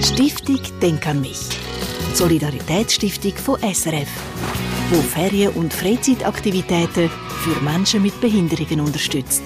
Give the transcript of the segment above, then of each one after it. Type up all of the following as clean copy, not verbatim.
Stiftung Denk an mich. Solidaritätsstiftung von SRF, wo Ferien- und Freizeitaktivitäten für Menschen mit Behinderungen unterstützt.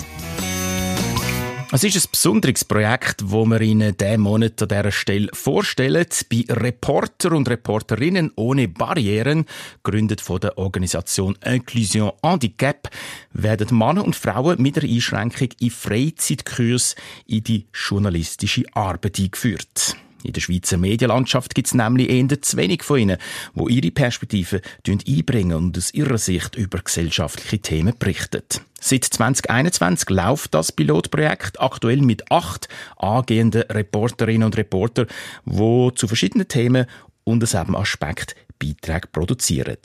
Es ist ein besonderes Projekt, das wir Ihnen diesen Monat an dieser Stelle vorstellen. Bei Reporter und Reporterinnen ohne Barrieren, gegründet von der Organisation Inclusion Handicap, werden Männer und Frauen mit einer Einschränkung in Freizeitkurs in die journalistische Arbeit eingeführt. In der Schweizer Medienlandschaft gibt es nämlich eher zu wenig von ihnen, die ihre Perspektiven einbringen und aus ihrer Sicht über gesellschaftliche Themen berichten. Seit 2021 läuft das Pilotprojekt, aktuell mit 8 angehenden Reporterinnen und Reportern, die zu verschiedenen Themen und einem Aspekt Beiträge produzieren.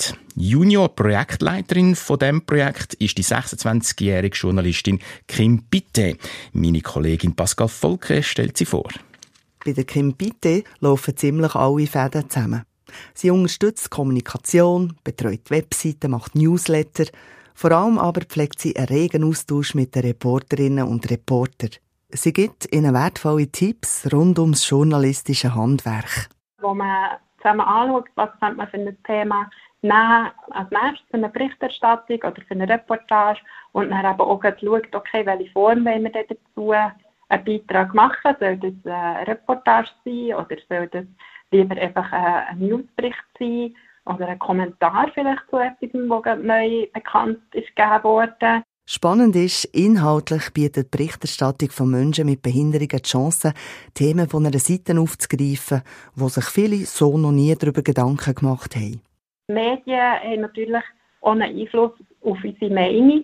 Junior-Projektleiterin von diesem Projekt ist die 26-jährige Journalistin Kim Bitte. Meine Kollegin Pascal Volke stellt sie vor. Bei der Kim Bitte laufen ziemlich alle Fäden zusammen. Sie unterstützt Kommunikation, betreut Webseiten, macht Newsletter. Vor allem aber pflegt sie einen regen Austausch mit den Reporterinnen und Reportern. Sie gibt ihnen wertvolle Tipps rund ums journalistische Handwerk. Wo man zusammen anschaut, was könnte man für ein Thema nehmen als nächstes für eine Berichterstattung oder für eine Reportage und dann eben auch schaut, okay, welche Form wollen wir dazu einen Beitrag machen. Soll das eine Reportage sein oder soll das lieber einfach ein Newsbericht sein oder ein Kommentar vielleicht zu etwas, das gerade neu bekannt ist gegeben worden. Spannend ist, inhaltlich bietet die Berichterstattung von Menschen mit Behinderungen die Chance, Themen von einer Seite aufzugreifen, wo sich viele so noch nie darüber Gedanken gemacht haben. Die Medien haben natürlich auch einen Einfluss auf unsere Meinung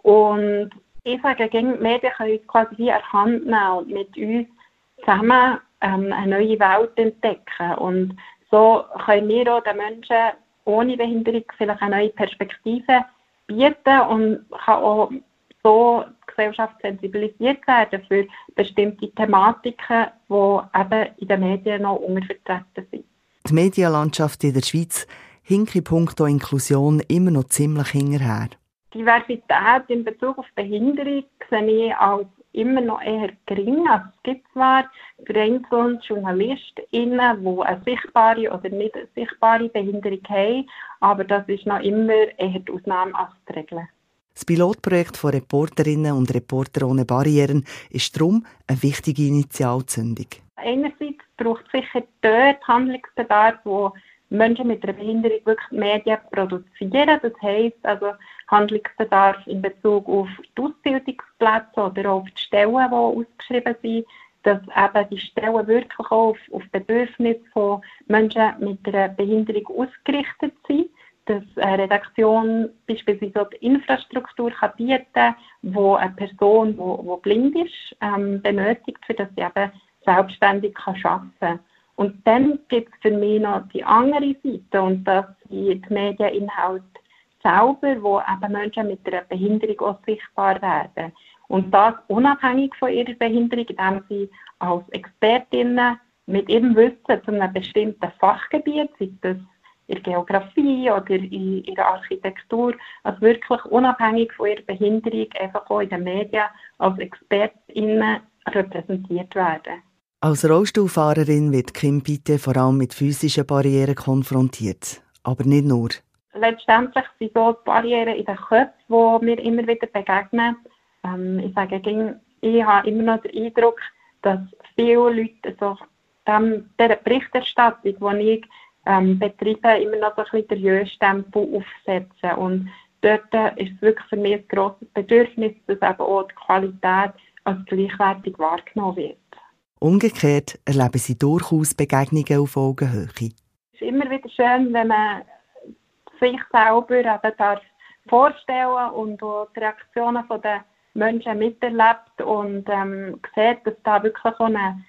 und ich sage, die Medien können uns quasi wie an die Hand nehmen und mit uns zusammen eine neue Welt entdecken. Und so können wir auch den Menschen ohne Behinderung vielleicht eine neue Perspektive bieten und kann auch so die Gesellschaft sensibilisiert werden für bestimmte Thematiken, die eben in den Medien noch untervertreten sind. Die Medienlandschaft in der Schweiz hinkt in puncto Inklusion immer noch ziemlich hinterher. Diversität in Bezug auf Behinderung sehe ich als immer noch eher gering. Also es gibt zwar vereinzelt JournalistInnen, die eine sichtbare oder nicht sichtbare Behinderung haben, aber das ist noch immer eher die Ausnahme als die Regel. Das Pilotprojekt von Reporterinnen und Reportern ohne Barrieren ist darum eine wichtige Initialzündung. Einerseits braucht es sicher dort Handlungsbedarf, wo Menschen mit einer Behinderung wirklich Medien produzieren. Das heisst also Handlungsbedarf in Bezug auf die Ausbildungsplätze oder auf die Stellen, die ausgeschrieben sind, dass eben die Stellen wirklich auch auf Bedürfnisse von Menschen mit einer Behinderung ausgerichtet sind. Dass eine Redaktion beispielsweise die Infrastruktur kann bieten kann, die eine Person, die blind ist, benötigt, für dass sie eben selbstständig arbeiten kann. Und dann gibt es für mich noch die andere Seite, und das sind die Medieninhalte selber, wo eben Menschen mit einer Behinderung auch sichtbar werden. Und das unabhängig von ihrer Behinderung, indem sie als Expertinnen mit ihrem Wissen zu einem bestimmten Fachgebiet, sei das in der Geografie oder in der Architektur, also wirklich unabhängig von ihrer Behinderung einfach auch in den Medien als Expertinnen repräsentiert werden. Als Rollstuhlfahrerin wird Kim Bitte vor allem mit physischen Barrieren konfrontiert. Aber nicht nur. Letztendlich sind so die Barrieren in den Köpfen, die mir immer wieder begegnen. Ich sage, ich habe immer noch den Eindruck, dass viele Leute so dieser Berichterstattung, die ich betreibe, immer noch so ein bisschen den Jö-Stempel aufsetzen. Und dort ist es wirklich für mich ein grosses Bedürfnis, dass eben auch die Qualität als gleichwertig wahrgenommen wird. Umgekehrt erleben sie durchaus Begegnungen auf Augenhöhe. Es ist immer wieder schön, wenn man sich selber eben vorstellen und auch die Reaktionen der Menschen miterlebt und sieht, dass da wirklich so ein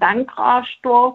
Denkanstoß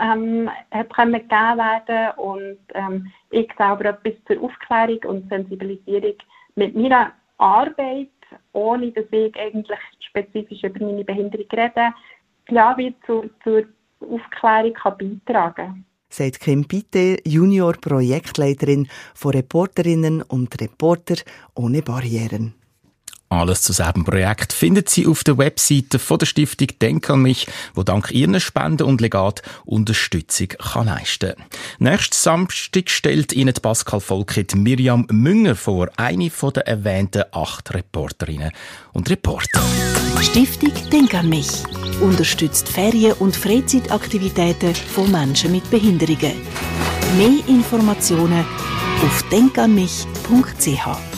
hat gegeben werden und ich selber etwas zur Aufklärung und Sensibilisierung mit meiner Arbeit, ohne dass ich eigentlich spezifisch über meine Behinderung rede, ja, wie zur Aufklärung kann beitragen. Sagt Kim Bitte, Junior-Projektleiterin von Reporterinnen und Reporter ohne Barrieren. Alles zu diesem Projekt findet Sie auf der Webseite von der Stiftung Denk an mich, wo dank Ihren Spenden und Legat Unterstützung leisten kann. Nächsten Samstag stellt Ihnen Pascal Volkit Miriam Münger vor, eine von den erwähnten 8 Reporterinnen und Reporter. Stiftung Denk an mich unterstützt Ferien- und Freizeitaktivitäten von Menschen mit Behinderungen. Mehr Informationen auf denkanmich.ch.